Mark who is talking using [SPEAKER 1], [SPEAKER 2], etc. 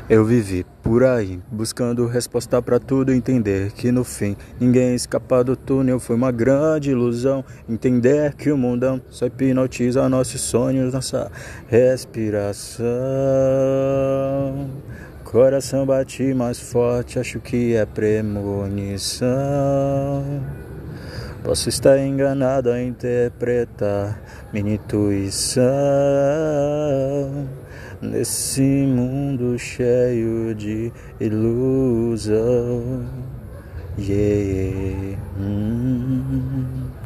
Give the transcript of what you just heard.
[SPEAKER 1] Eu vivi por aí, buscando resposta pra tudo, entender que no fim ninguém escapa do túnel. Foi uma grande ilusão entender que o mundão só hipnotiza nossos sonhos, nossa respiração. Coração bate mais forte, acho que é premonição. Posso estar enganado a interpretar minha intuição nesse mundo cheio de ilusão. Yeah.